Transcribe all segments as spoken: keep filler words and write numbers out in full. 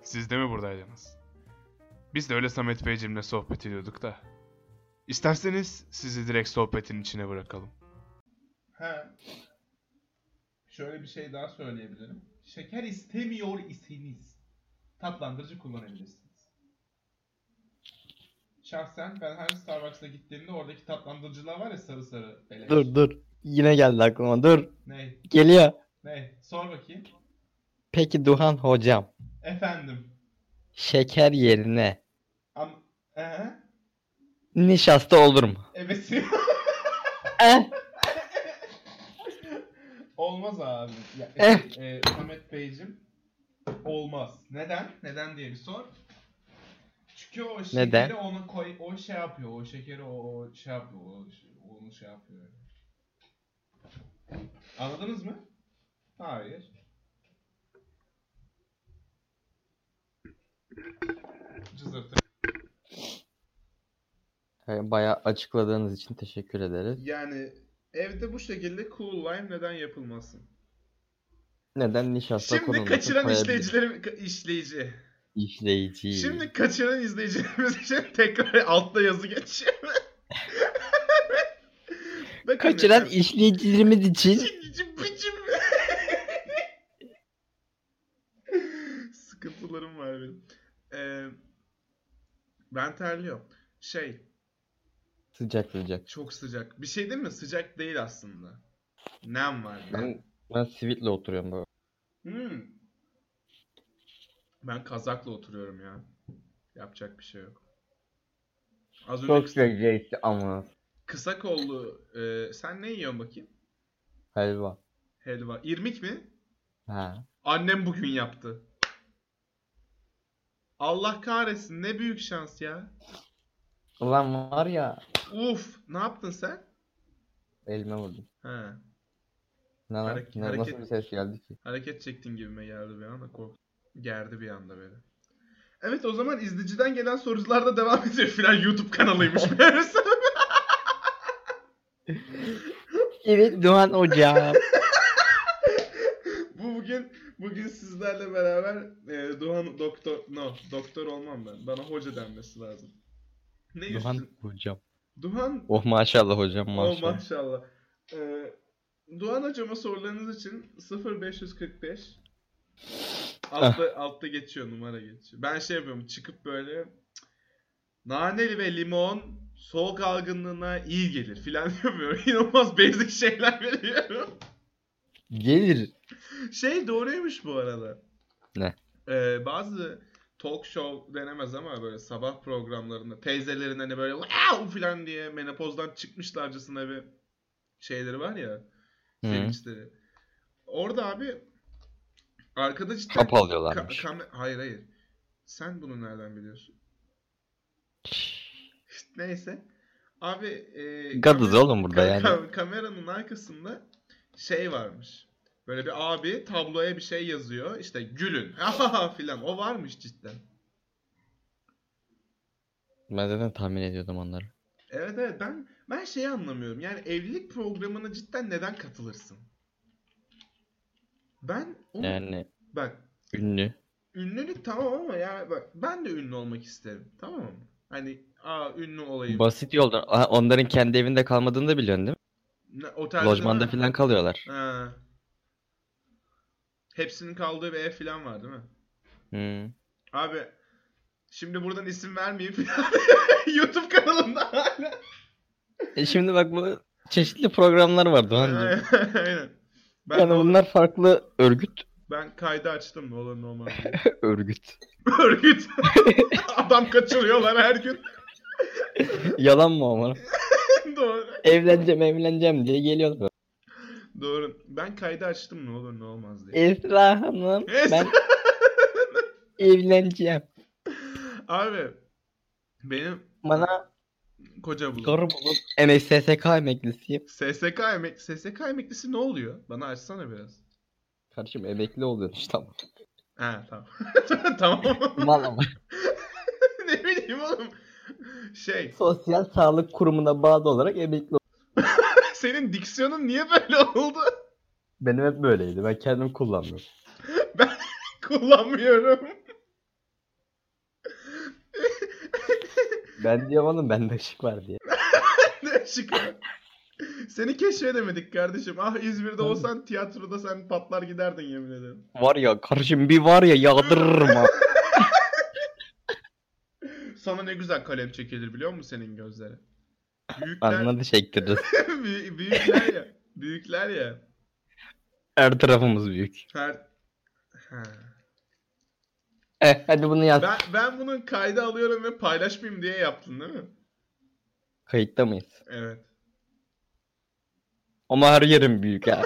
Siz de mi buradaydınız? Biz de öyle Samet Beyciğimle sohbet ediyorduk da. İsterseniz sizi direkt sohbetin içine bırakalım. He. Şöyle bir şey daha söyleyebilirim. Şeker istemiyor iseniz tatlandırıcı kullanabilirsiniz. Şahsen ben her Starbucks'a gittiğimde oradaki tatlandırıcılar var ya, sarı sarı beleş. Dur dur. Yine geldi aklıma. Dur. Ne? Geliyor. Ne? Sor bakayım. Peki Duhan hocam, Efendim. şeker yerine Am ee? nişasta olur mu? Evet. Eh, Olmaz abi. Ya, Eh. e, Samet Beyciğim, olmaz. Neden? Neden diye bir sor. Çünkü o şekeri Neden? ona koy, o şey yapıyor, o şekeri o, o şey yapıyor, o şey- onu şey yapıyor. Anladınız mı? Hayır. Cızırtı. e, bayağı açıkladığınız için teşekkür ederiz. Yani evde bu şekilde cool lime neden yapılmasın? Neden nişasta Şimdi konulması kaçıran koyabilir? işleyicilerim işleyici. İşleyici. Şimdi kaçıran izleyicilerimiz için tekrar altta yazı geçiyor. Bakın Kaçıran mesela- işleyicilerimiz için Çincim bıcım. Sıkıntılarım var benim. Ee, ben terliyorum. Şey, sıcak sıcak. çok sıcak. Bir şey değil mi? Sıcak değil aslında. Nem var. Nem. Ben, ben sivitle oturuyorum böyle. Hmm. Ben kazakla oturuyorum ya. Yapacak bir şey yok. Az önce Çok kısa, sıcak ama. kısa kollu. e, sen ne yiyorsun bakayım? Helva. Helva. İrmik mi? Ha. Annem bugün yaptı. Allah kahretsin, ne büyük şans ya. Ulan var ya. Uf, ne yaptın sen? Elime vurdum. He. Ne lan? Hareket- Ne- hareket- Nasıl bir ses geldi ki? Hareket çektin gibime geldi bir anda, korktum. Gerdi bir anda beni. Evet, o zaman izleyiciden gelen sorularda devam ediyor filan, YouTube kanalıymış meğerse. Evet Duhan hocam. Bu bugün bugün sizlerle beraber e, Doğan doktor no doktor olmam ben. Bana hoca denmesi lazım. Ne Duhan üstün? hocam. Duhan. Oh maşallah hocam Oh maşallah. maşallah. Ee, Doğan hocama sorularınız için sıfır beş yüz kırk beş altta, altta geçiyor, numara geçiyor. Ben şey yapıyorum, çıkıp böyle naneli ve limon soğuk algınlığına iyi gelir filan yapıyorum. İnanılmaz basic şeyler veriyorum. Gelir. Şey doğruymuş bu arada. Ne? Ee, bazı talk show denemez ama böyle sabah programlarında teyzelerin hani böyle wow falan diye menopozdan çıkmışlarcasına bir şeyleri var ya, Hı. sevinçleri. Orada abi arkada cidden Hap alıyorlarmış. ka- kam- hayır hayır. Sen bunu nereden biliyorsun? Neyse. Abi e, Gadız kamer- oğlum burada ka- yani. ka- kameranın arkasında şey varmış. Böyle bir abi tabloya bir şey yazıyor. İşte gülün. Ha filan. O varmış cidden. Ben zaten tahmin ediyordum onları. Evet evet, ben ben şeyi anlamıyorum. Yani evlilik programına cidden neden katılırsın? Ben onu Yani bak, ünlü. ünlülük tamam ama yani bak, ben de ünlü olmak isterim. Tamam mı? Hani aa ünlü olayım. Basit yoldan. Aa, onların kendi evinde kalmadığını da biliyorsun değil Ne, mi? otelde Lojmanda değil mi? falan kalıyorlar. Ha. Hepsinin kaldığı bir ev falan var değil mi? Hı. Abi şimdi buradan isim vermeyeyim falan. YouTube kanalında hala. E şimdi bak bu çeşitli programlar var Doğancığım. Aynen. Ben, Yani ne olur- bunlar farklı örgüt. ben kaydı açtım, ne olur ne olmaz diye. Örgüt. Örgüt. Adam kaçırıyorlar her gün. Yalan mı ama? Doğru. Evleneceğim evleneceğim diye geliyorlar. Doğru. Ben kaydı açtım, ne olur ne olmaz diye. Esra Hanım Esra- ben evleneceğim. Abi benim Bana koca bulun. soru bulup M S S K emeklisiyim. S S K emek S S K emeklisi ne oluyor? Bana açsana biraz. Kardeşim emekli oluyorsun işte ama. Ha tamam. Tamam. Mal ama. Ne bileyim oğlum. Şey, Sosyal Sağlık Kurumu'na bağlı olarak emekli oldum. senin diksiyonun niye böyle oldu? Benim hep böyleydi. Ben kendim kullanmıyorum. Ben kullanmıyorum. Ben diyorum oğlum bende ışık var diye. Ne şık. Seni keşfedemedik kardeşim. Ah İzmir'de olsan tiyatroda sen patlar giderdin yemin ederim. Var ya kardeşim bir var ya yağdırırım ha. Sana ne güzel kalem çekilir biliyor musun senin gözleri? Büyükler, Anladı çektiririz. Büyü- büyükler ya. Büyükler ya. Her tarafımız büyük. Her... Ha. Eh hadi bunu yaz. Ben, ben bunun kaydı alıyorum ve paylaşmayayım diye yaptın değil mi? Kayıtta mıyız? Evet. Ama her yerim büyük ha.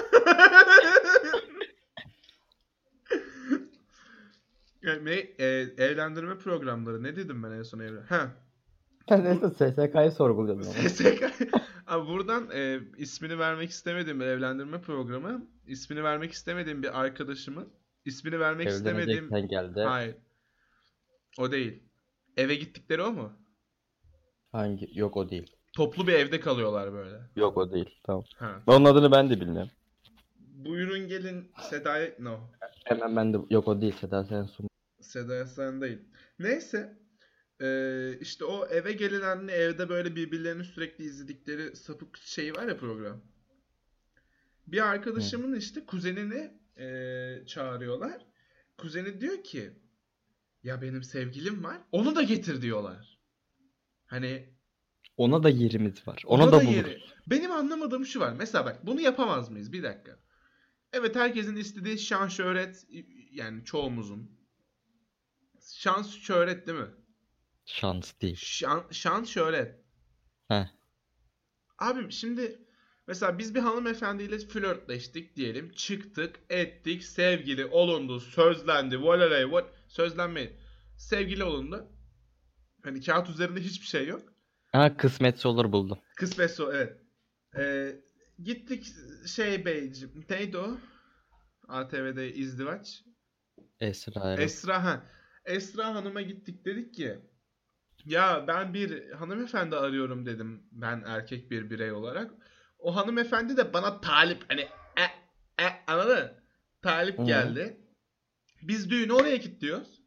Yani ne, e, evlendirme programları ne dedim ben en son evlen? Ha. Ben de S S K'yı sorguluyordum ama. S S K. Abi buradan e, ismini vermek istemediğim bir evlendirme programı, ismini vermek istemediğim bir arkadaşımın, ismini vermek istemediğim... Evleneceksen geldi. Hayır. O değil. Eve gittikleri o mu? Hangi? Yok o değil. Toplu bir evde kalıyorlar böyle. Yok o değil. Tamam. Ha. Onun adını ben de bilmiyorum. Buyurun gelin Seda'ya... No. Hemen ben de yok o değil. Seda Sensun. Seda'ya sen değil. Neyse. Ee, işte o eve gelin anne evde böyle birbirlerini sürekli izledikleri sapık şey var ya program. Bir arkadaşımın işte kuzenini e, çağırıyorlar. Kuzeni diyor ki ya benim sevgilim var. Onu da getir diyorlar. Hani Ona da yerimiz var. Ona ona da da buluruz. yeri. Benim anlamadığım şu var. Mesela bak bunu yapamaz mıyız? Bir dakika. Evet herkesin istediği şan şöhret yani çoğumuzun. Şans şöhret değil mi? Şans değil. Şan, şan şöhret. Heh. Abim şimdi mesela biz bir hanımefendiyle flörtleştik diyelim. Çıktık, ettik, sevgili olundu, sözlendi, volalay, what sözlenme, sevgili olundu. Hani kağıt üzerinde hiçbir şey yok. Ha kısmetse olur buldum. Kısmetse o, evet. Ee, gittik şey beyciğim, neydi o? A T V'de izdivaç. Esra Erol. Esra ha. Esra Hanım'a gittik dedik ki ya ben bir hanımefendi arıyorum dedim ben erkek bir birey olarak. O hanımefendi de bana talip hani e, e, anladın mı? Talip Hı. geldi. Biz düğünü oraya gidiyoruz.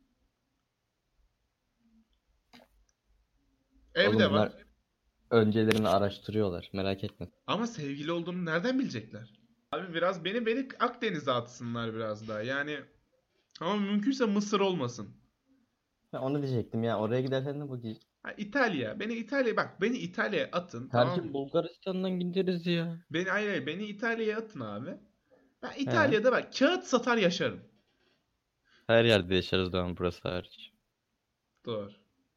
Oğlum Evde bunlar var. öncelerini araştırıyorlar. Merak etme. Ama sevgili olduğumu nereden bilecekler? Abi biraz beni beni Akdeniz'e atsınlar biraz daha. Yani ama mümkünse Mısır olmasın. Ben onu diyecektim ya. Oraya gidersen de bu giy. Ha, İtalya. Beni İtalya bak beni İtalya'ya atın tamam Kardeşim mı? Bulgaristan'dan gideriz ya. Beni hayır, hayır beni İtalya'ya atın abi. Ben He. İtalya'da bak kağıt satar yaşarım. Her yerde yaşarız Doğan burası hariç. Doğru.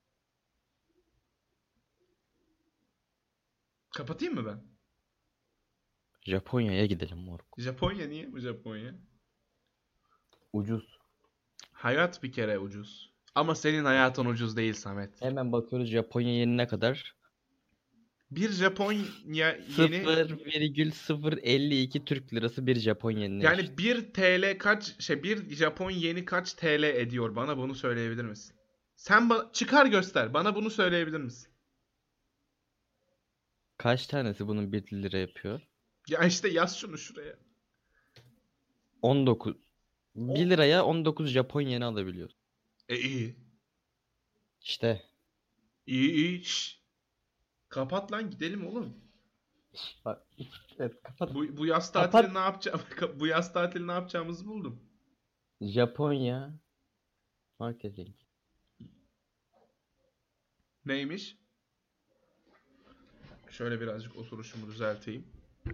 Kapatayım mı ben? Japonya'ya gidelim moruk. Japonya niye bu Japonya? Ucuz. Hayat bir kere ucuz. Ama senin hayatın ucuz değil Samet. Hemen bakıyoruz Japonya yeni ne kadar? Bir Japonya yeni sıfır virgül sıfır elli iki Türk lirası bir Japonya'nın eşit. yani bir T L kaç şey bir Japon yeni kaç T L ediyor bana bunu söyleyebilir misin? Sen bana çıkar göster. Bana bunu söyleyebilir misin? Kaç tanesi bunun bir lira yapıyor? Ya işte yaz şunu şuraya. on dokuz. bir liraya on dokuz Japon yeni alabiliyorsun. E iyi. İşte. İyi iyi. Şş. Kapat lan gidelim oğlum. Bak, evet, kapat. Bu, bu yaz Kapat. tatili ne yapacağım? Bu yaz tatili ne yapacağımızı buldum. Japonya marketing. Neymiş? Şöyle birazcık oturuşumu düzelteyim.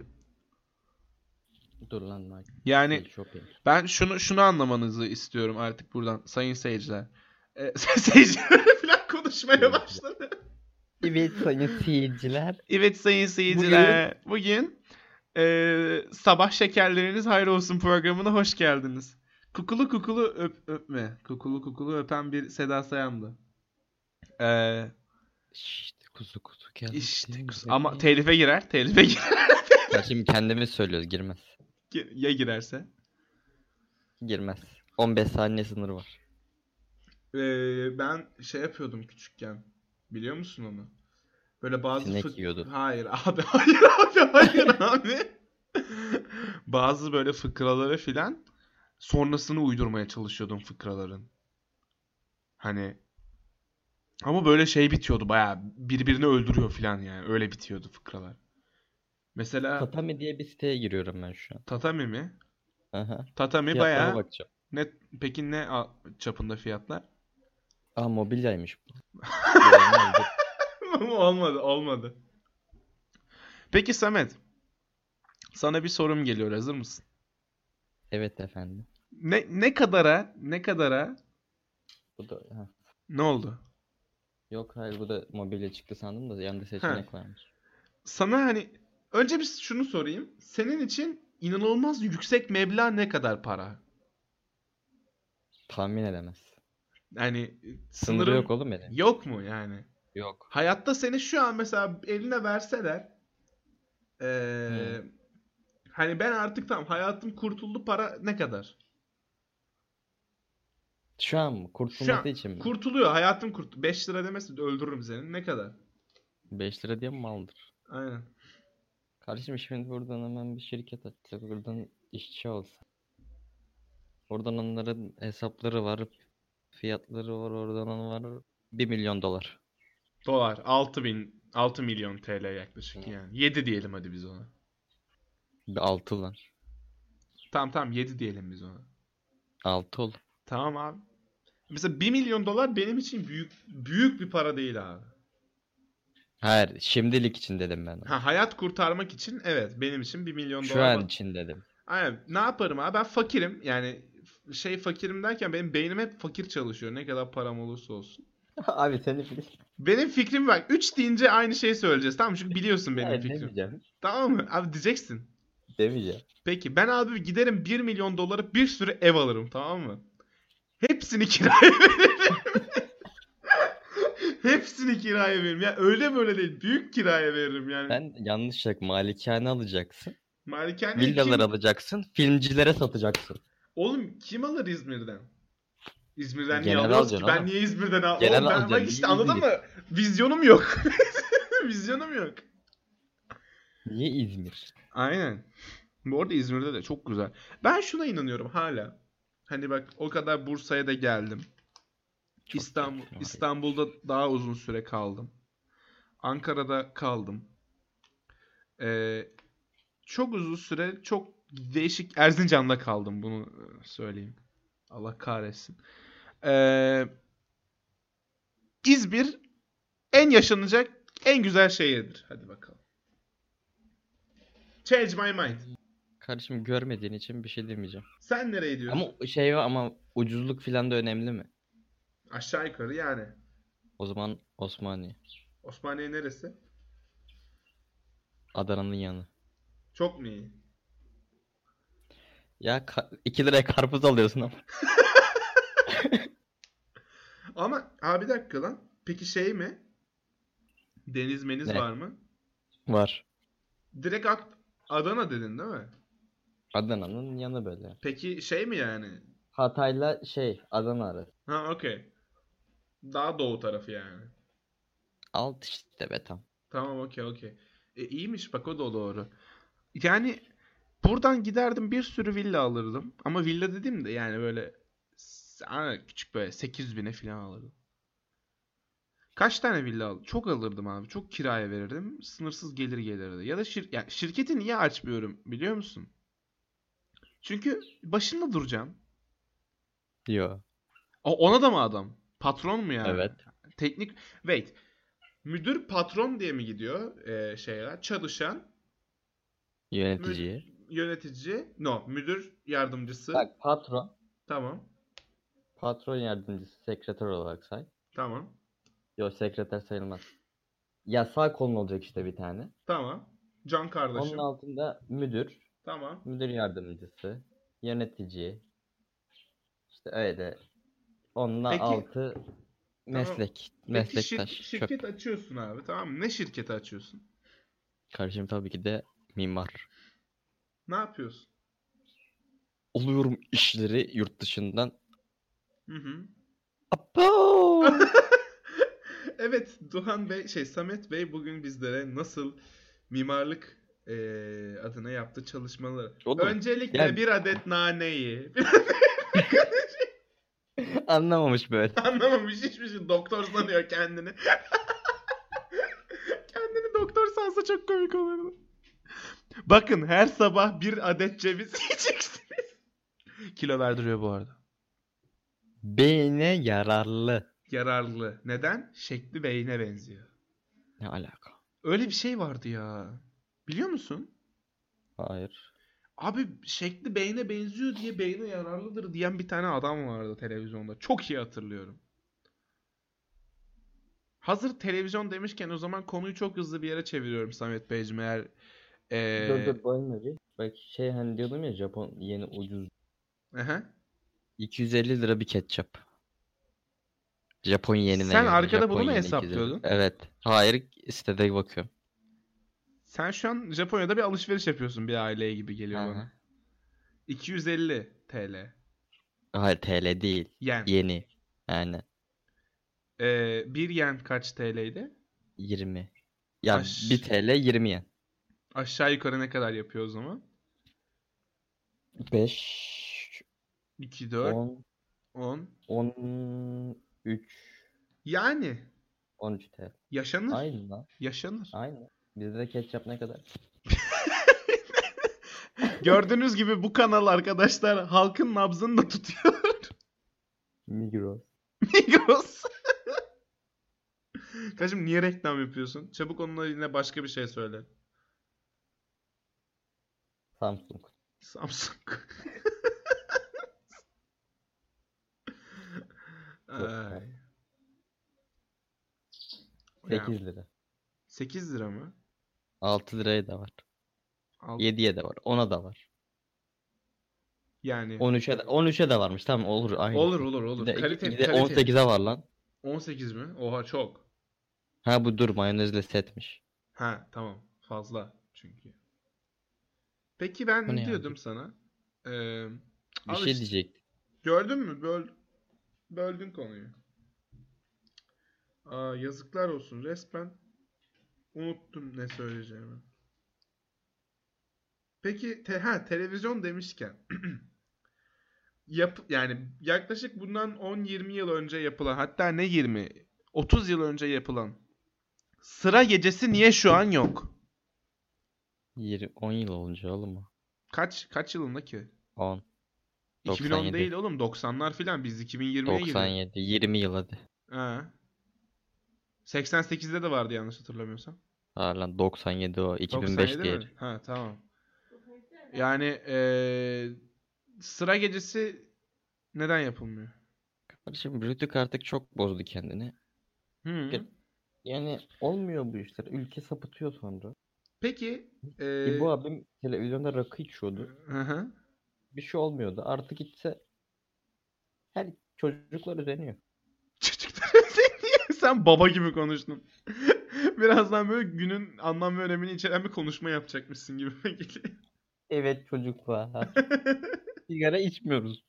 Dur lan marketing. Yani Shopping. ben şunu şunu anlamanızı istiyorum artık buradan sayın seyirciler. Ee, seyirciler falan konuşmaya başladı. Evet sayın seyirciler. Evet sayın seyirciler. Bugün e, sabah şekerleriniz hayır olsun programına hoş geldiniz. Kukulu kukulu öp, öpme. Kukulu kukulu öpen bir Seda Sayan'dı. Ee, İşte kuzu kuzu geldi. işte kus- ama telife girer. Telife girer. Ya şimdi kendimiz söylüyoruz girmez. Ya girerse? Girmez. on beş saniye sınırı var. Ee, ben şey yapıyordum küçükken. Biliyor musun onu? Böyle bazı Sinek fık- yiyordun. Hayır abi hayır abi hayır abi. Bazı böyle fıkraları filan sonrasını uydurmaya çalışıyordum fıkraların. Hani Ama böyle şey bitiyordu bayağı. Birbirini öldürüyor falan yani. Öyle bitiyordu fıkralar. Mesela Tatami diye bir siteye giriyorum ben şu an. Tatami mi? Aha. Tatami Fiyatlara bayağı bakacağım. ne peki ne a- çapında fiyatlar? Aa, mobilyaymış bu. Güvenli oldu. Olmadı, olmadı. Peki Samet, sana bir sorum geliyor. Hazır mısın? Evet efendim. Ne ne kadara, ne kadara Bu da ha. ne oldu? Yok hayır, bu da mobilya çıktı sandım da yanında Ha, seçenek varmış. sana hani önce bir şunu sorayım. Senin için inanılmaz yüksek meblağ ne kadar para? Tahmin edemez. Yani Sınırı sınırın yok oğlum benim. yok mu yani? Yok. Hayatta seni şu an mesela eline verseler Hı. eee, hani ben artık tamam hayatım kurtuldu para ne kadar? Şu an mı? Şu an Kurtulması için mi? kurtuluyor hayatım kurtuldu. beş lira demesin öldürürüm seni. Ne kadar? beş lira diye mi maldır? Aynen. Kardeşim şimdi buradan hemen bir şirket açsak, buradan işçi olsa. Oradan onların hesapları var, fiyatları var, oradan onun var. Bir milyon dolar. Dolar altı bin altı milyon T L yaklaşık yani. yedi diyelim hadi biz ona. Bir altı lan. Tamam tamam yedi diyelim biz ona. Altı ol. Tamam abi. Mesela bir milyon dolar benim için büyük büyük bir para değil abi. Hayır, şimdilik için dedim ben onu. Ha hayat kurtarmak için evet benim için bir milyon Şu dolar an var. için dedim. Aynen. Ne yaparım abi? Ben fakirim. Yani f- şey fakirim derken benim beynim hep fakir çalışıyor. Ne kadar param olursa olsun. Abi seni bil. Benim fikrim bak. Üç deyince aynı şeyi söyleyeceğiz. Tamam mı? Çünkü biliyorsun benim Hayır fikrim. demeyeceğim. Tamam mı? Abi diyeceksin. Demeyeceğim. Peki ben abi giderim bir milyon dolara bir sürü ev alırım. Tamam mı? Hepsini kiraya veririm. Hepsini kiraya veririm. Ya öyle böyle değil. Büyük kiraya veririm yani. Sen yanlış yak, malikane alacaksın. Malikaneyi Villalar kim... alacaksın. Filmcilere satacaksın. Oğlum kim alır İzmir'den? İzmir'den niye Genel alıyoruz ki? alacaksın Ben oğlum. niye İzmir'den al? Genel Oğlum ben bak alacaksın. işte Niye anladın İzmir? mı? Vizyonum yok. Vizyonum yok. Niye İzmir? Aynen. Bu arada İzmir'de de çok güzel. Ben şuna inanıyorum hala. Hani bak o kadar Bursa'ya da geldim. Çok İstanbul keyifli var ya. İstanbul'da daha uzun süre kaldım. Ankara'da kaldım. Ee, çok uzun süre çok değişik Erzincan'da kaldım bunu e, söyleyeyim. Allah kahretsin. Ee, İzmir en yaşanacak en güzel şehirdir. Hadi bakalım. Change my mind. Kardeşim görmediğin için bir şey demeyeceğim. Sen nereye diyorsun? Ama şey var, ama ucuzluk falan da önemli mi? Aşağı yukarı yani. O zaman Osmaniye. Osmaniye neresi? Adana'nın yanı. Çok mu iyi? Ya iki liraya karpuz alıyorsun ama. Ama abi bir dakika lan. Peki şey mi? Deniz meniz Ne? var mı? Var. Direkt Ak- Adana dedin değil mi? Adana'nın yanı böyle. Peki şey mi yani? Hatay'la şey Adana arası. Ha okey. Daha doğu tarafı yani. Alt işte be tam. Tamam okey okey. E, iyiymiş bak o da doğru. Yani buradan giderdim bir sürü villa alırdım. Ama villa dedim de yani böyle s- ha, küçük böyle sekiz yüz bine falan alırdım. Kaç tane villa aldım? Çok alırdım abi. Çok kiraya verirdim. Sınırsız gelir gelirdi. Ya da şir yani şirketi niye açmıyorum biliyor musun? Çünkü başında duracağım. Yo. O, ona da mı adam? Patron mu yani? Evet. Teknik... Wait. Müdür patron diye mi gidiyor e, şeyler? Çalışan, Yöneticiye. mü- yönetici, no, müdür yardımcısı. Bak patron. Tamam. Patron yardımcısı sekreter olarak say. Tamam. Yo, sekreter sayılmaz. Ya sağ kolun olacak işte bir tane. Tamam. Can Onun kardeşim. altında müdür. Tamam. Müdür yardımcısı. Yönetici. İşte öyle. Onunla Peki. altı meslek. Peki Meslektaş. şir- Çöp. şirket açıyorsun abi tamam mı? Ne şirketi açıyorsun? Kardeşim tabii ki de mimar. Ne yapıyorsun? Oluyorum işleri yurt dışından. Hı hı. Apo! Evet, Duhan Bey, şey Samet Bey bugün bizlere nasıl mimarlık eee, adına yaptığı çalışmaları. Oğlum, Öncelikle yani- bir adet naneyi. Anlamamış böyle. Anlamamış hiçbir şey. Doktor sanıyor kendini. Kendini doktor sansa çok komik olurdu. Bakın her sabah bir adet ceviz yiyeceksiniz. Kilo verdiriyor bu arada. Beyne yararlı. Yararlı. Neden? Şekli beyne benziyor. Ne alaka? Öyle bir şey vardı ya. Biliyor musun? Hayır. Abi şekli beyne benziyor diye beyne yararlıdır diyen bir tane adam vardı televizyonda. Çok iyi hatırlıyorum. Hazır televizyon demişken o zaman konuyu çok hızlı bir yere çeviriyorum Samet Beyciğim, eğer ee... Dur dur bölme bir. Bak şey hani diyordum ya Japon yeni ucuz. Aha. iki yüz elli lira bir ketçap. Japon yenine Sen göre. arkada Japon bunu mu yeni iki yüz elli. hesaplıyordun? Evet. Hayır sitede bakıyorum. Sen şu an Japonya'da bir alışveriş yapıyorsun bir aileye gibi geliyor Aha. bana. iki yüz elli T L. Hayır T L değil. Yen. Yeni. Yani Ee, bir yen kaç T L'ydi? yirmi. Ya Aş- bir T L yirmi yen. Aşağı yukarı ne kadar yapıyor o zaman? beş, iki, dört, on, on. on üç, Yani on üç T L. yaşanır. Aynı lan. Yaşanır. Aynı. Bizde de ketçap ne kadar? Gördüğünüz gibi bu kanal arkadaşlar halkın nabzını da tutuyor. Migros. Migros. Kaçım niye reklam yapıyorsun? Çabuk onunla yine başka bir şey söyle. Samsung. Samsung. Çok Ay. var. Yani sekiz lira. sekiz lira mı? altı liraya da var. Al- yediye de var. ona da var. Yani on üçe de, on üçe de varmış. Tamam olur aynı. olur olur olur. Bir de, Kalite, bir de kalite. on sekize var lan. on sekiz mi? Oha çok. Ha bu dur mayonezle setmiş. Ha tamam. Fazla çünkü. Peki ben Bu ne ne diyordum abi? sana? Ee, Bir al şey işte. diyecektim. Gördün mü? Böl, böldün konuyu. Aa, yazıklar olsun. Resmen unuttum ne söyleyeceğimi. Peki te ha, televizyon demişken yap yani yaklaşık bundan on yirmi yıl önce yapılan, hatta ne yirmi otuz yıl önce yapılan Sıra Gecesi niye şu an yok? yirmi on yıl olunca oğlum mu? Kaç kaç yılında ki? on. iki bin on doksan yedi. değil oğlum, doksanlar filan, biz iki bin yirmiye girdik. doksan yedi. yirmi yıl hadi. Ha. seksen sekizde de vardı yanlış hatırlamıyorsam. Ha lan doksan yedi o. iki bin beş doksan yedi diye. mi? Ha tamam. Yani eee, Sıra Gecesi neden yapılmıyor? Kardeşim Rütük artık çok bozdu kendini. Hı. Yani olmuyor bu işler. Ülke sapıtıyor sonra. Peki E bu eee, abim televizyonda rakı içiyordu. hı hı. Bir şey olmuyordu. Artık içse her çocuklar özeniyor. Çocuklar özeniyor. Sen baba gibi konuştun. Birazdan böyle günün anlam ve önemini içeren bir konuşma yapacakmışsın gibi geliyor. Evet çocuklar. Sigara içmiyoruz.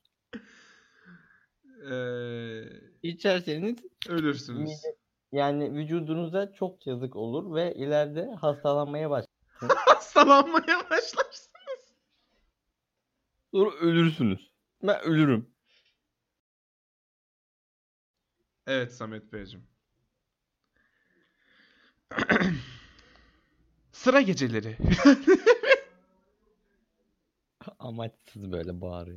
Eee, İçerseniz ölürsünüz. mide- yani vücudunuza çok yazık olur ve ileride hastalanmaya başlarsınız. Hastalanmaya başlarsınız. Sonra ölürsünüz. Ben ölürüm. Evet Samet Beyciğim. Sıra geceleri. Amaçsız böyle bağırıyor.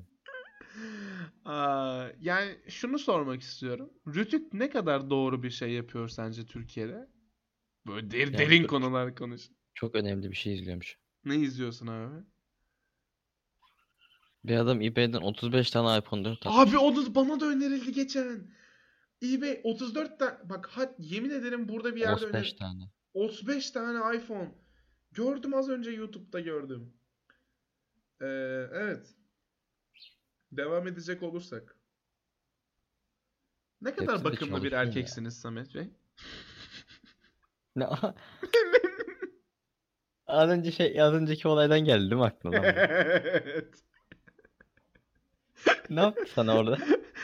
Aa, yani şunu sormak istiyorum. Rütük ne kadar doğru bir şey yapıyor sence Türkiye'de? Böyle der- Yani derin çok- konular konuş. Çok önemli bir şey izliyormuş. Ne izliyorsun abi? Bir adam eBay'den otuz beş tane iPhone dört almış. Abi onu bana da önerildi geçen. eBay otuz dört tane, bak hat yemin ederim burada bir yerde otuz beş öner- tane. otuz beş tane iPhone. Gördüm az önce YouTube'da gördüm. Ee, evet. Devam edecek olursak. Ne kadar Hepsi de bakımlı bir çalışıyor ya. erkeksiniz Samet Bey? Ne? Az önce şey az önceki olaydan geldi değil mi aklına? lan bu? Evet. Ne yaptı sana orada?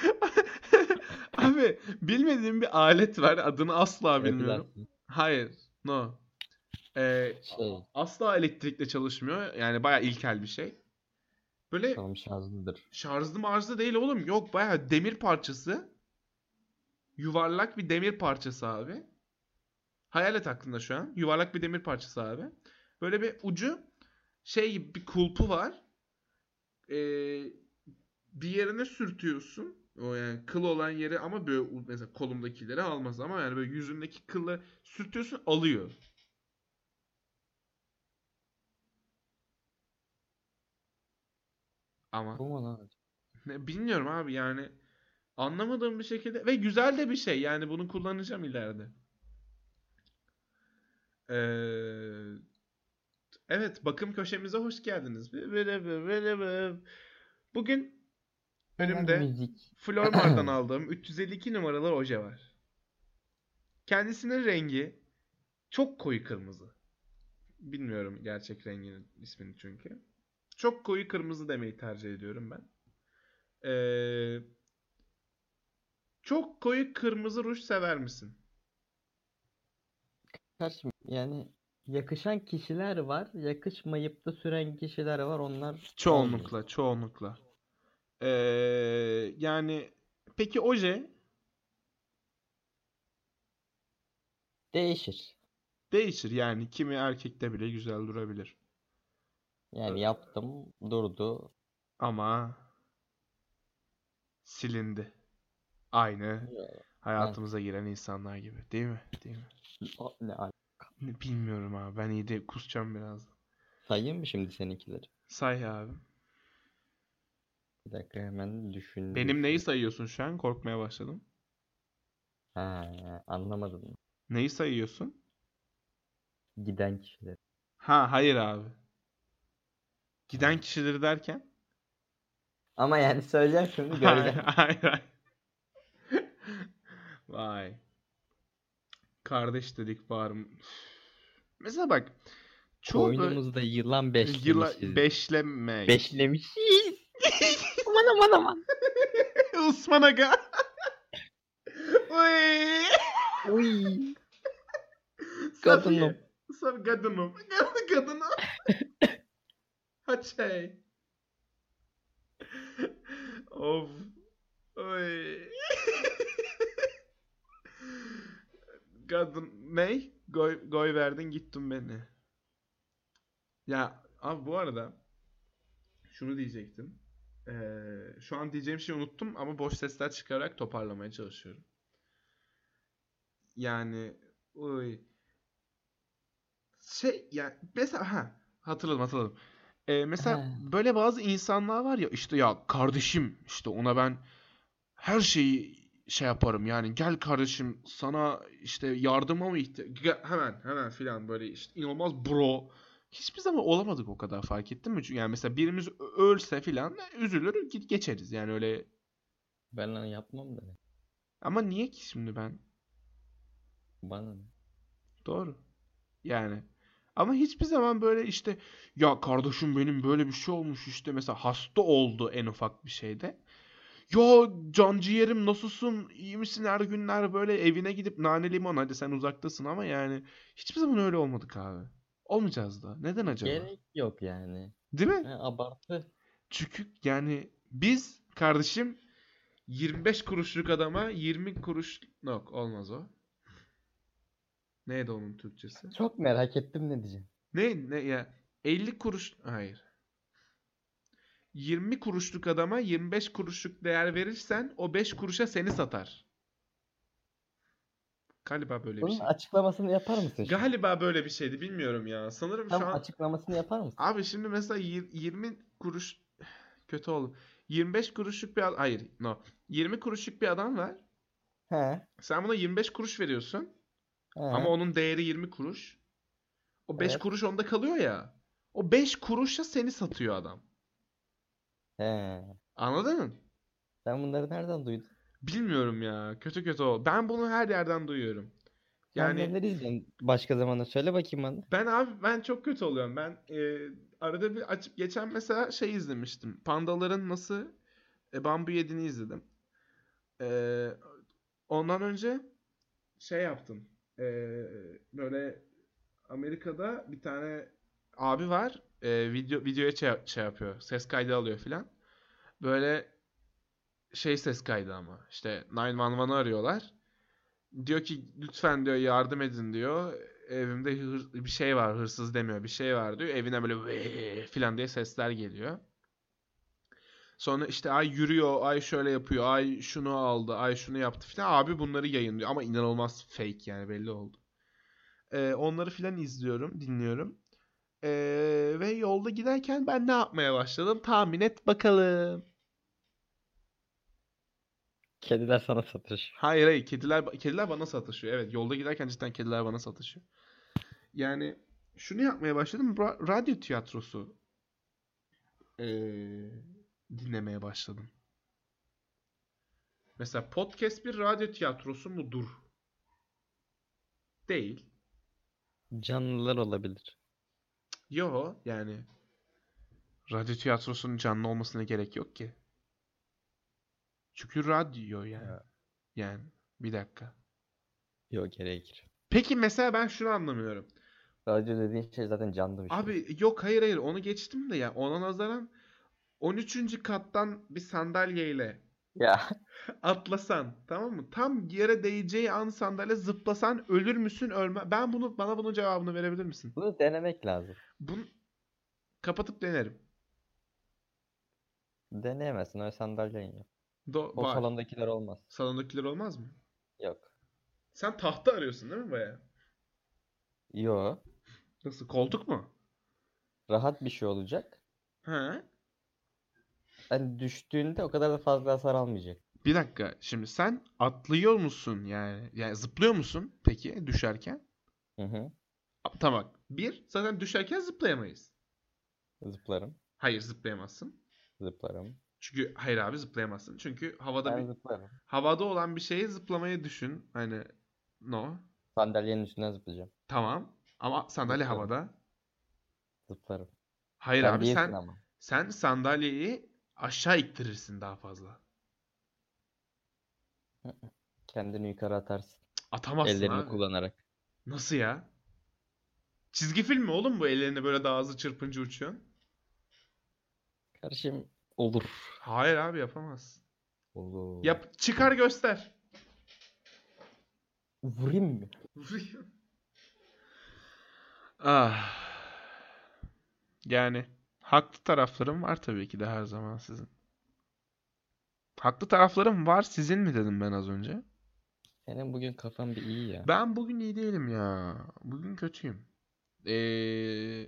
Abi bilmediğim bir alet var. Adını asla bilmiyorum. Epilasyon. Hayır. No. Ee, Şey. asla elektrikle çalışmıyor. Yani bayağı ilkel bir şey. Böyle Tamam, şarjlıdır. şarjlı marzlı değil oğlum. Yok, bayağı demir parçası. Yuvarlak bir demir parçası abi. Hayal et aklında şu an. Yuvarlak bir demir parçası abi. Böyle bir ucu şey gibi bir kulpu var. Ee, bir yerine sürtüyorsun. O yani kıl olan yeri, ama böyle mesela kolumdakileri almaz, ama yani böyle yüzündeki kılı sürtüyorsun, alıyor. Ama Bu mu lan? ne, bilmiyorum abi yani, anlamadığım bir şekilde ve güzel de bir şey yani, bunu kullanacağım ileride. Ee, evet, bakım köşemize hoş geldiniz. Bugün Hemen önümde müzik. Flormar'dan aldığım üç yüz elli iki numaralı oje var. Kendisinin rengi çok koyu kırmızı. Bilmiyorum gerçek renginin ismini çünkü. Çok koyu kırmızı demeyi tercih ediyorum ben. Ee, çok koyu kırmızı ruj sever misin? Karşım yani yakışan kişiler var, yakışmayıp da süren kişiler var. Onlar olmuyor. Çoğunlukla, çoğunlukla. Ee, yani peki oje Değişir. değişir yani, kimi erkekte bile güzel durabilir. Ee, Yani yaptım, durdu. ama silindi. Aynı Yo, ben hayatımıza giren insanlar gibi, değil mi? Değil mi? o, ne al- Ne- Bilmiyorum abi. Ben iyi de kusacağım biraz. sayayım mı şimdi seninkileri? Say abi. Bir dakika, hemen düşün Benim neyi düşün. sayıyorsun şu an? Korkmaya başladım. Ha, anlamadın mı? Neyi sayıyorsun? Giden kişiler. Ha, hayır abi. Giden Ha. kişileri derken? Ama yani söyleyeceğim şimdi, Hayır, göreceksin. hayır, hayır. Vay. Kardeş dedik bağrım. Mesela bak. Çoğu böyle Koynumuzda yılan yıla beşlemişiz. beşlemek. Beşlemişiz. Aman aman aman. Osman Aga. Uy. Uy. Safiye. Kadınım. Saf kadınım. Kadınım. Haçey. Of. Oy. Kadın ney? Goy, goy verdin gittin beni. Ya abi, bu arada şunu diyecektim. Ee, şu an diyeceğim şeyi unuttum ama boş sesler çıkararak toparlamaya çalışıyorum. Yani oy. Şey yani mesela, ha, hatırladım hatırladım. Ee, mesela Ha. böyle bazı insanlar var ya, işte ya kardeşim, işte ona ben her şeyi şey yaparım yani, gel kardeşim sana işte yardıma mı ihtiyaç, hemen hemen filan, böyle işte inanılmaz bro. Hiçbir zaman olamadık o kadar, fark ettin mi? Çünkü yani mesela birimiz ö- ölse filan üzülür git geçeriz yani, öyle. Ben onu yapmam da. Ama niye ki şimdi ben? Bana ne? Doğru. Yani ama hiçbir zaman böyle işte, ya kardeşim benim böyle bir şey olmuş, işte mesela hasta oldu en ufak bir şeyde. Ya canciğerim nasılsın? İyi misin her günler, böyle evine gidip nane limon, hadi sen uzaktasın ama yani hiçbir zaman öyle olmadık abi. Olmayacağız da. Neden acaba? Gerek yok yani. Değil mi? Ha, abartı. Çünkü yani biz kardeşim yirmi beş kuruşluk adama yirmi kuruş, yok olmaz o. Neydi onun Türkçesi? Çok merak ettim, ne diyeceğim. Ne ne ya, elli kuruş, hayır. yirmi kuruşluk adama yirmi beş kuruşluk değer verirsen o beş kuruşa seni satar. Galiba böyle bir Bunun şey. açıklamasını yapar mısın şimdi? Galiba böyle bir şeydi, bilmiyorum ya. Sanırım şu Tam an açıklamasını yapar mısın? abi şimdi mesela yir- yirmi kuruş, kötü oldu. yirmi beş kuruşluk bir adam, hayır no. yirmi kuruşluk bir adam var. He. Sen buna yirmi beş kuruş veriyorsun ama He. onun değeri yirmi kuruş. O beş Evet. kuruş onda kalıyor ya. O beş kuruşa seni satıyor adam. He. Anladın mı? Sen bunları nereden duydun? Bilmiyorum ya. Kötü kötü o. Ben bunu her yerden duyuyorum. Sen Yani neler izliyorsun başka zamanda? Söyle bakayım bana. ben abi, ben çok kötü oluyorum. Ben e, arada bir açıp geçen mesela şey izlemiştim. Pandaların nasıl e, bambu yediğini izledim. E, ondan önce şey yaptım. E, böyle Amerika'da bir tane abi var. e, video videoya şey, şey yapıyor. Ses kaydı alıyor filan. Böyle şey ses kaydı ama. İşte dokuz bir bir arıyorlar. Diyor ki lütfen diyor yardım edin diyor. Evimde hır- bir şey var, hırsız demiyor. Bir şey var diyor. Evine böyle "Vee" filan diye sesler geliyor. Sonra işte ay yürüyor, ay şöyle yapıyor, ay şunu aldı, ay şunu yaptı filan. Abi bunları yayınlıyor ama inanılmaz fake yani belli oldu. Ee, onları filan izliyorum, dinliyorum. Ee, ve yolda giderken ben ne yapmaya başladım? Tahmin et bakalım. Kediler sana satış. Hayır hayır kediler kediler bana sataşıyor. Evet yolda giderken cidden kediler bana sataşıyor. Yani şunu yapmaya başladım. Ra- radyo tiyatrosu ee, dinlemeye başladım. Mesela podcast bir radyo tiyatrosu mudur? Değil. Canlılar olabilir. Yo yani radyo tiyatrosunun canlı olmasına gerek yok ki. Çünkü radyo yani. Ya. Yani bir dakika. Yok gerekir. Peki mesela ben şunu anlamıyorum. Radyo dediğin şey zaten canlı bir şey. Abi yok hayır hayır onu geçtim de ya ona nazaran on üçüncü kattan bir sandalyeyle Ya atlasan tamam mı? Tam yere değeceği an sandalye zıplasan ölür müsün ölme. Ben bunu bana bunun cevabını verebilir misin? bunu denemek lazım. Bunu kapatıp denerim. Deneyemezsin. Öyle sandalyen yok. Do O var. salondakiler olmaz. Salondakiler olmaz mı? Yok. Sen tahta arıyorsun değil mi baya? Yo. Nasıl? Koltuk mu? Rahat bir şey olacak. He. Hani düştüğünde o kadar da fazla hasar almayacak. Bir dakika. Şimdi sen atlıyor musun yani? Yani zıplıyor musun peki düşerken? Hı hı. A- Tamam. Bir, zaten düşerken zıplayamayız. Zıplarım. Hayır zıplayamazsın. Zıplarım. Çünkü hayır abi zıplayamazsın. Çünkü havada Ben bir zıplarım. havada olan bir şeye zıplamayı düşün. Hani no. Sandalyenin üstüne zıplayacağım. Tamam. Ama sandalye Zıplarım. havada. Zıplarım. Hayır Sen abi değilsin sen ama. sen sandalyeyi aşağı ittirirsin daha fazla. Kendini yukarı atarsın. Atamazsın Ellerini abi. kullanarak. Nasıl ya? Çizgi film mi oğlum bu ellerini böyle daha hızlı çırpınca uçuyorsun? Kardeşim olur. Hayır abi yapamazsın. Olur. Yap çıkar göster. Vurayım mı? Ah. Yani haklı taraflarım var tabii ki de her zaman sizin. Haklı taraflarım var sizin mi dedim ben az önce? Senin bugün kafan bir iyi ya. Ben bugün iyi değilim ya. Bugün kötüyüm. Ee,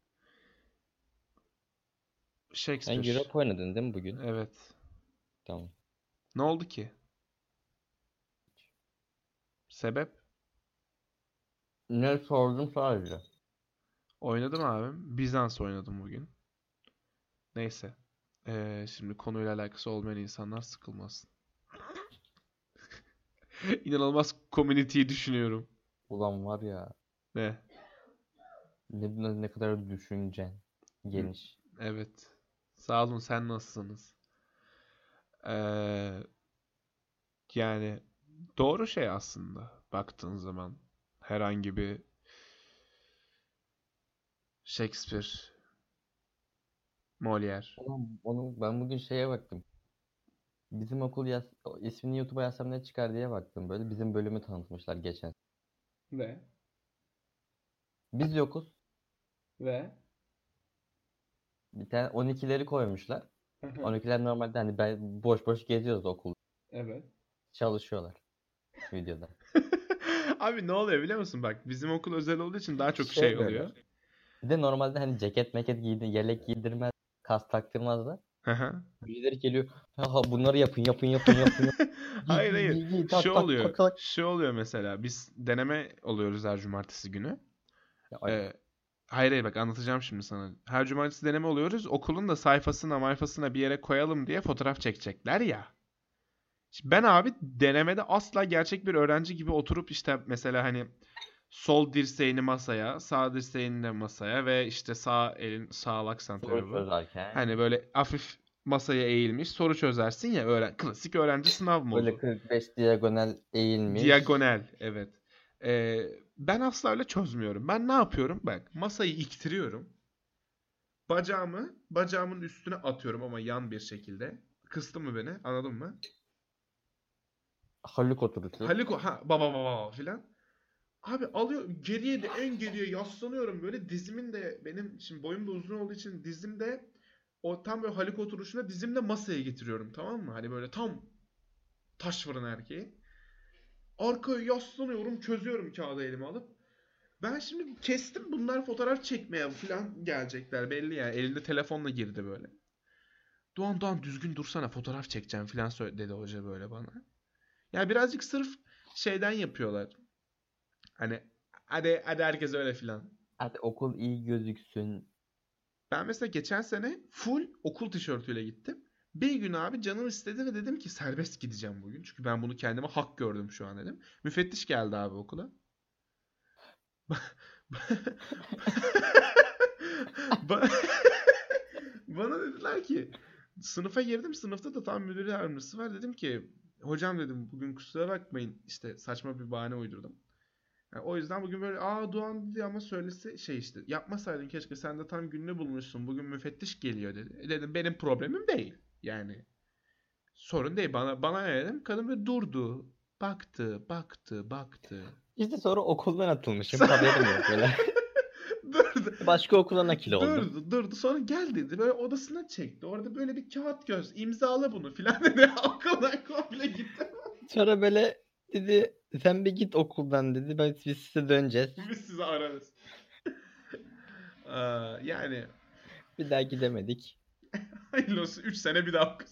Sen Shakespeare. Europe oynadın değil mi bugün? Evet. Tamam. Ne oldu ki? Sebep? Ne sordum sadece. Oynadım abim. Bizans oynadım bugün. Neyse. Ee, şimdi konuyla alakası olmayan insanlar sıkılmasın. İnanılmaz community'yi düşünüyorum. Ulan var ya. Ne? Ne, ne, ne kadar düşüncen. Geniş. Evet. Sağ olun sen nasılsınız? Ee, yani doğru şey aslında baktığın zaman. Herhangi bir Shakespeare, Molière. Ulan onu ben bugün şeye baktım. Bizim okul yaz, ismini YouTube'a yazsam ne çıkar diye baktım. Böyle bizim bölümü tanıtmışlar geçen. Ve Biz yokuz. ve Bir tane on ikileri koymuşlar. on ikiler normalde hani ben boş boş geziyoruz okulda. evet. Çalışıyorlar videoda. Abi ne oluyor biliyor musun? Bak bizim okul özel olduğu için daha çok Şey şey böyle. oluyor. Bir de normalde hani ceket meket giydi, yelek giydirmez, kas taktırmazlar. Hı hı. Birileri geliyor. Ha, ha, bunları yapın, yapın, yapın, yapın, yapın. Giy, Hayır giy, hayır. giy, giy, tak, Şu tak, oluyor. tak, tak. Şu oluyor mesela. Biz deneme oluyoruz her cumartesi günü. Ya, ay, Ee, hayır hayır bak anlatacağım şimdi sana. Her cumartesi deneme oluyoruz. Okulun da sayfasına mayfasına bir yere koyalım diye fotoğraf çekecekler ya. Şimdi ben abi denemede asla gerçek bir öğrenci gibi oturup işte mesela hani sol dirseğini masaya, sağ dirseğini de masaya ve işte sağ elin sağlaksan tabii soru bu. çözerken Hani böyle hafif masaya eğilmiş soru çözersin ya öğren klasik öğrenci sınav böyle modu. kırk beş diagonal eğilmiş. Diagonal evet. Ee, ben asla öyle çözmüyorum. Ben ne yapıyorum? Bak masayı iktiriyorum. Bacağımı bacağımın üstüne atıyorum ama yan bir şekilde. Kıstı mı beni? Anladın mı? Haluk oturuşu. Haliko ha baba baba filan. Abi alıyor geriye de en geriye yaslanıyorum böyle dizimin de benim şimdi boyum da uzun olduğu için dizimde o tam böyle Halik oturuşunda dizimde masaya getiriyorum, tamam mı? Hani böyle tam taş fırın erkeği. Arkaya yaslanıyorum, çözüyorum kağıdı elime alıp. Ben şimdi kestim, bunlar fotoğraf çekmeye falan gelecekler belli yani. Elinde telefonla girdi böyle. Doğan Doğan düzgün dursana, fotoğraf çekeceğim falan söyle- dedi hoca böyle bana. Ya birazcık sırf şeyden yapıyorlar. Hani hadi hadi herkes öyle filan. Hadi okul iyi gözüksün. Ben mesela geçen sene full okul tişörtüyle gittim. Bir gün abi canım istedi ve dedim ki serbest gideceğim bugün. Çünkü ben bunu kendime hak gördüm şu an dedim. Müfettiş geldi abi okula. Ba- Bana dediler ki sınıfa girdim. Sınıfta da tam müdür yardımcısı var. Dedim ki hocam dedim bugün kusura bakmayın işte saçma bir bahane uydurdum. Yani o yüzden bugün böyle aa Doğan dedi ama söylese şey işte yapmasaydın keşke, sen de tam gününü bulmuşsun bugün müfettiş geliyor dedi. E dedim benim problemim değil yani sorun değil bana bana ne dedim. Kadın böyle durdu, baktı baktı baktı. İşte sonra okuldan atılmışım. Haberim yok böyle. Durdu. Başka okula nakil oldum. Durdu durdu sonra gel dedi böyle odasına çekti. Orada böyle bir kağıt göz imzala bunu filan dedi. Okuldan komple gitti. Sonra böyle dedi sen bir git okuldan dedi. Ben biz size döneceğiz. Biz sizi ararız. Aa, yani Bir daha gidemedik. hayırlı olsun üç sene bir daha oku.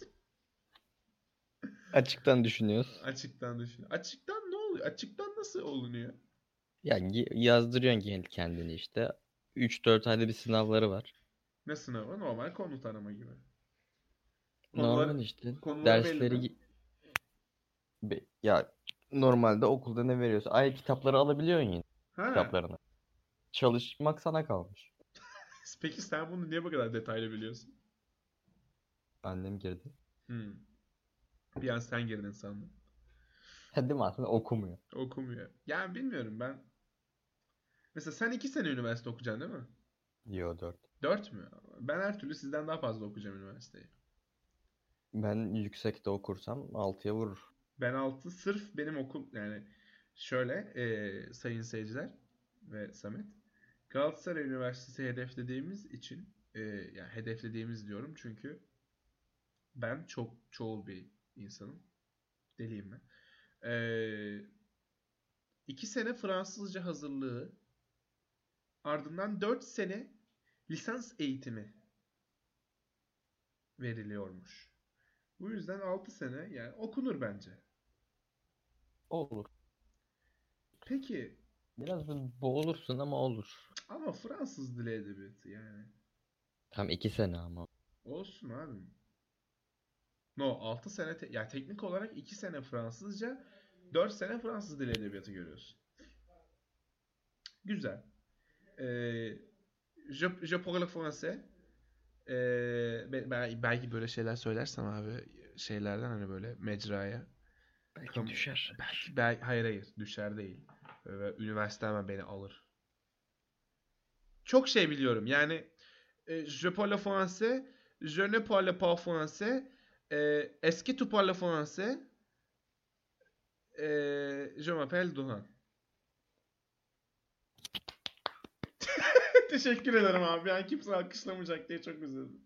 Açıktan düşünüyoruz. Açıktan düşün. Açıktan ne oluyor? Açıktan nasıl olunuyor? Ya gi- yazdırıyorsun gel- kendini işte. üç dört ayda bir sınavları var. Ne sınavı? Normal konu tanıma gibi. Normal Konular, işte. konuları belli Dersleri mi? gi- be- ya normalde okulda ne veriyorsa ay kitapları alabiliyorsun yine Ha. kitaplarını. Çalışmak sana kalmış. Peki sen bunu niye bu kadar detaylı biliyorsun? Annem girdi. Hmm. Bir an sen girdin sandım. Değil mi aslında okumuyor. Okumuyor. Yani bilmiyorum ben. Mesela sen iki sene üniversite okuyacaksın değil mi? Diyor dört. Dört mü? Ben her türlü sizden daha fazla okuyacağım üniversiteyi. Ben yüksekte okursam altıya vurur. Ben altı sırf benim okul yani şöyle eee, sayın seyirciler ve Samet. Galatasaray Üniversitesi hedeflediğimiz için eee yani hedeflediğimiz diyorum çünkü ben çok çoğul bir insanım. Deliyim ben. Eee iki sene Fransızca hazırlığı ardından dört sene lisans eğitimi veriliyormuş. Bu yüzden altı sene yani okunur bence. Olur. Peki Biraz da boğulursun ama olur. ama Fransız dili edebiyatı yani. Tam iki sene ama. Olsun abi. No altı sene te- ya teknik olarak iki sene Fransızca, dört sene Fransız dili edebiyatı görüyorsun. Güzel. Ee, je, je parle français. Ee, be- ben- belki böyle şeyler söylersem abi şeylerden hani böyle mecraya. Belki Kam- düşer. Belki, belki hayır hayır düşer değil. Ve üniversite hemen beni alır. Çok şey biliyorum yani e, je parle français, je ne parle pas français, e, est-ce que tu parles français? E, je m'appelle Duhan. Teşekkür ederim abi. Yani kimse alkışlamayacak diye çok üzüldüm.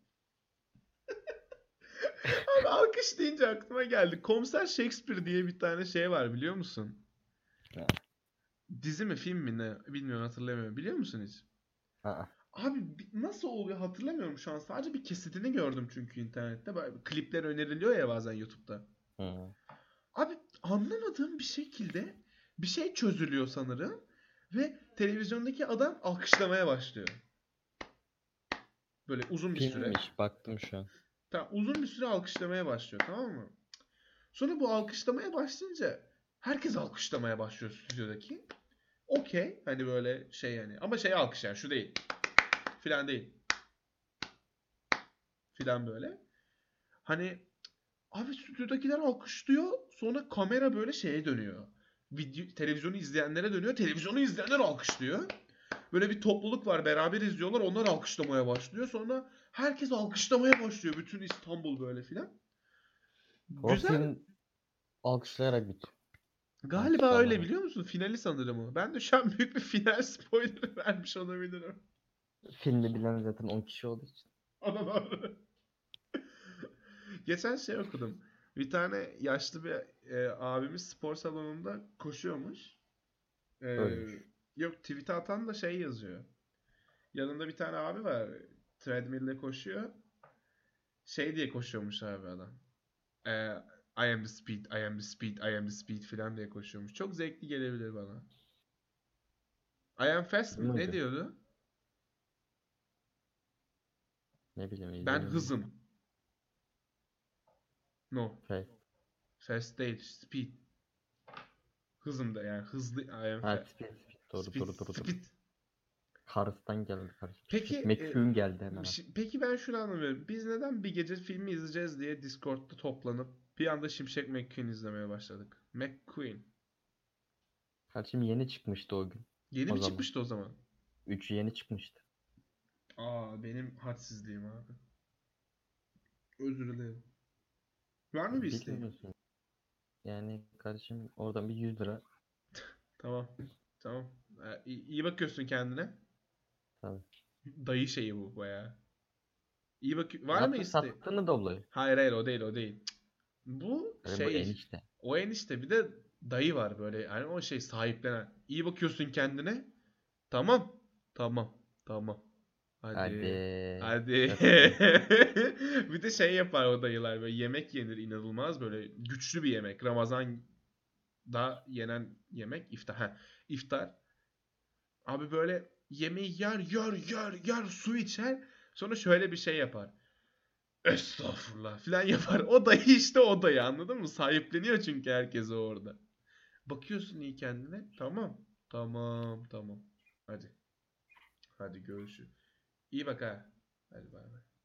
Abi alkış deyince aklıma geldi. Komiser Shakespeare diye bir tane şey var biliyor musun? Ha. Dizi mi film mi ne bilmiyorum hatırlamıyorum. Biliyor musun hiç? Aa. Abi bi- nasıl oluyor hatırlamıyorum şu an. Sadece bir kesitini gördüm çünkü internette. Böyle klipler öneriliyor ya bazen YouTube'da. Hı. Abi anlamadığım bir şekilde bir şey çözülüyor sanırım. Ve televizyondaki adam alkışlamaya başlıyor. Böyle uzun bir süre. Filmmiş baktım şu an. Tamam, uzun bir süre alkışlamaya başlıyor, tamam mı? Sonra bu alkışlamaya başlayınca herkes alkışlamaya başlıyor stüdyodaki. Okey. Hani böyle şey yani. Ama şey alkış yani şu değil. Filan değil. Filan böyle. Hani abi stüdyodakiler alkışlıyor. Sonra kamera böyle şeye dönüyor. Video, televizyonu izleyenlere dönüyor. Televizyonu izleyenler alkışlıyor. Böyle bir topluluk var, beraber izliyorlar. Onlar alkışlamaya başlıyor. Sonra herkes alkışlamaya başlıyor. Bütün İstanbul böyle filan. O Güzel. film alkışlayarak bitiyor. Galiba öyle, Alkışlamadan. biliyor musun? Finali sanırım o. Ben de şu an büyük bir final spoiler vermiş olabilirim. Filmi bilen zaten on kişi olduğu için. Ona doğru. Geçen şey okudum. Bir tane yaşlı bir e, abimiz spor salonunda koşuyormuş. E, Ölmüş. yok, tweet'e atan da şey yazıyor. Yanında bir tane abi var. Treadmill'le koşuyor. Şey diye koşuyormuş abi adam. E, I am the speed, I am the speed, I am the speed filan diye koşuyormuş. Çok zevkli gelebilir bana. I am fast mı? Ne Bilmiyorum. diyordu? Ne bileyim. Ben izlemedim. hızım. No. Şey. Fast değil. Speed. Hızım da yani hızlı. I am Ha, fast. speed, speed. Doğru Speed, doğru doğru. doğru. speed. Kars'tan geldi kardeşim. Peki, e, McQueen geldi hemen. Ş- Peki ben şunu anlamıyorum. Biz neden bir gece filmi izleyeceğiz diye Discord'da toplanıp bir anda Şimşek McQueen izlemeye başladık? McQueen. Kardeşim yeni çıkmıştı o gün. Yeni O mi zaman. çıkmıştı o zaman? Üçü yeni çıkmıştı. Aa, benim hadsizliğim abi. Özür dilerim. Var mı bir isteğin? Bilmiyor musun? Yani kardeşim oradan bir yüz lira. Tamam. Tamam. Ee, iyi, iyi bakıyorsun kendine. Tabii. Dayı şeyi bu bayağı. İyi bak. Ne Var mı yaptın? isteğin? Sattığını dobloyu. Hayır hayır, o değil o değil. Cık. Bu Yani bu şey. enişte. O enişte, bir de dayı var böyle. Yani o şey sahiplenen. İyi bakıyorsun kendine. Tamam. Tamam. Tamam. Hadi. Hadi. Hadi. Öptüm. Bir de şey yapar o dayılar, böyle yemek yenir inanılmaz, böyle güçlü bir yemek. Ramazan'da yenen yemek iftar. Ha, iftar. Abi böyle yemeği yer yer yer yer, su içer. Sonra şöyle bir şey yapar. Estağfurullah falan yapar. O dayı işte, o dayı, anladın mı? Sahipleniyor çünkü herkese orada. Bakıyorsun iyi kendine. Tamam. Tamam tamam. Hadi. Hadi görüşürüz. İyi bak ha. Hadi bay bay.